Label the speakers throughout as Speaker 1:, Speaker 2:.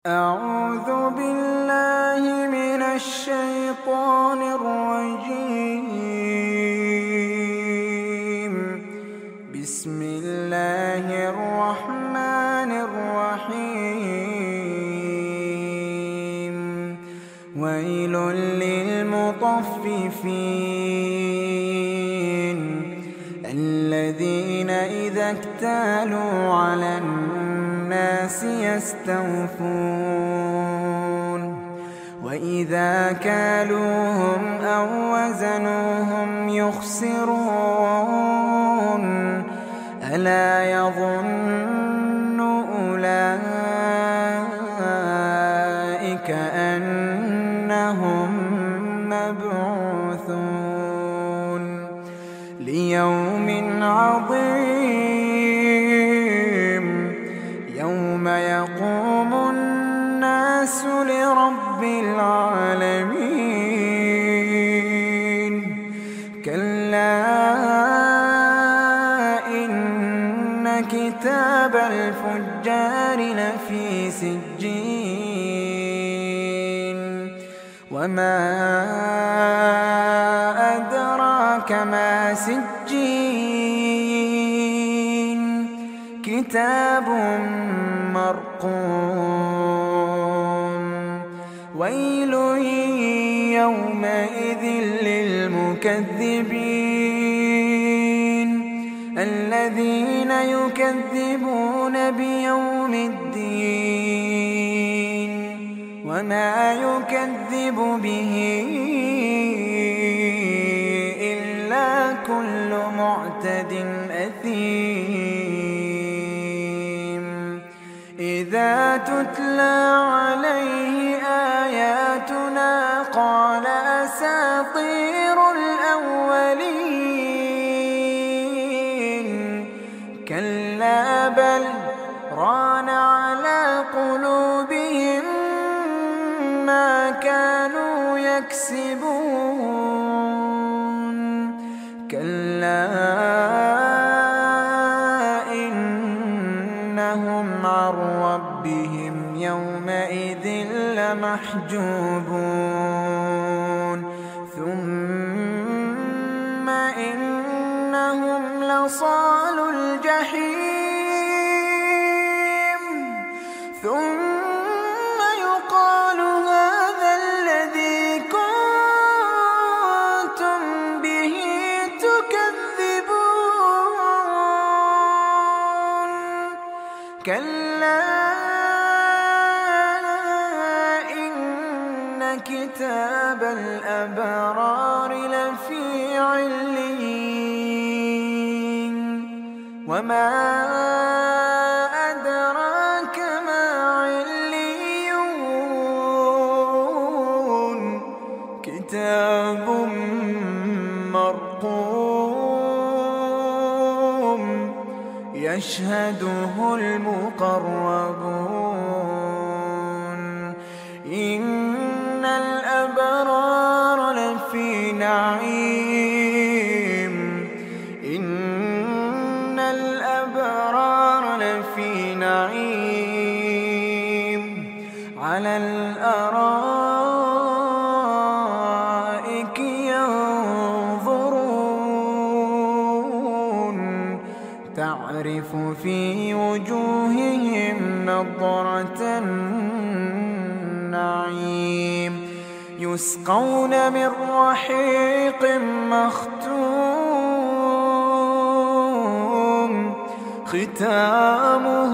Speaker 1: أعوذ بالله من الشيطان الرجيم. بسم الله الرحمن الرحيم. ويل للمطففين الذين إذا اكتالوا على الناس يستوفون وإذا كالوهم أو وزنوهم يخسرون ألا يظن أولئك أنهم مبعوثون ليوم عظيم يوم يقوم الناس لرب العالمين. كلا إن كتاب الفجار لفي سجين وما أدراك ما سجين كتاب مرقوم. ويل يومئذ للمكذبين الذين يكذبون بيوم الدين وما يكذب به إلا كل معتد أثيم. إذا تتلى عليه آياتنا قال أساطير الأولين. كلا بل ران على قلوبهم ما كانوا يكسبون. كلا إنهم عن ربهم يومئذ لمحجوبون ثم إنهم لصالوا الجحيم ثم يقال هذا الذي كنتم به تكذبون. كلا إن كتاب الأبرار لفي عليين وما أدراك ما عليون كتاب مرقوم يشهده المقربون. إن الأبرار لفي نعيم إن الأبرار لفي نعيم على الأرائك ينظرون تعرف في وجوههم نضرة النعيم. يسقون من رحيق مختوم ختامه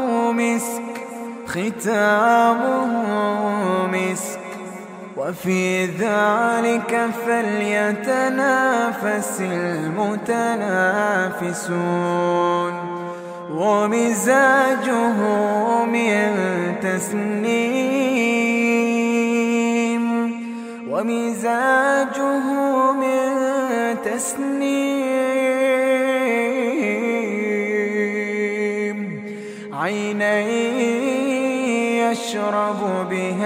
Speaker 1: مسك وفي ذلك فليتنافس المتنافسون. ومزاجه من تسنيم عينا يشرب بها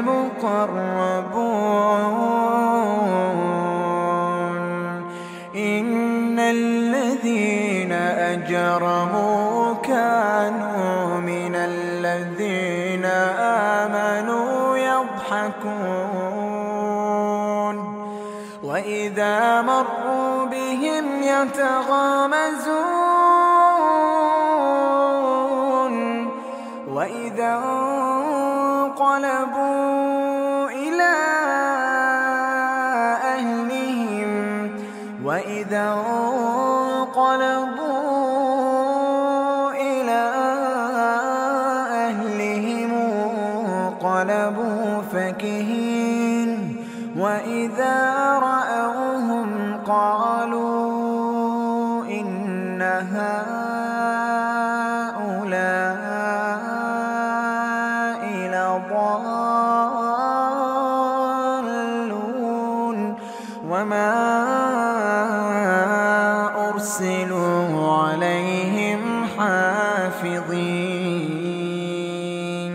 Speaker 1: المقربون. إن الذين أجرموا كانوا من الذين آمنوا يضحكون وإذا مروا بهم يتغامزون وإذا انقلبوا إلى أهلهم انقلبوا فكهين وإذا رأوهم قالوا إن هؤلاء لضالون وما أرسلوا عليهم حافظين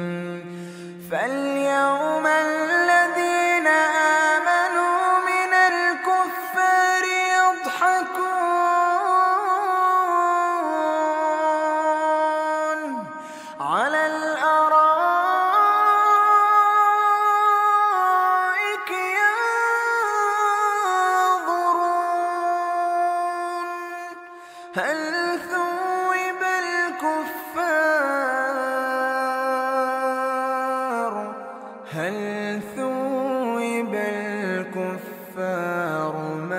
Speaker 1: فاليوم الذين آمنوا من الكفار يضحكون على الأرائك ينظرون هل ثوب الكفار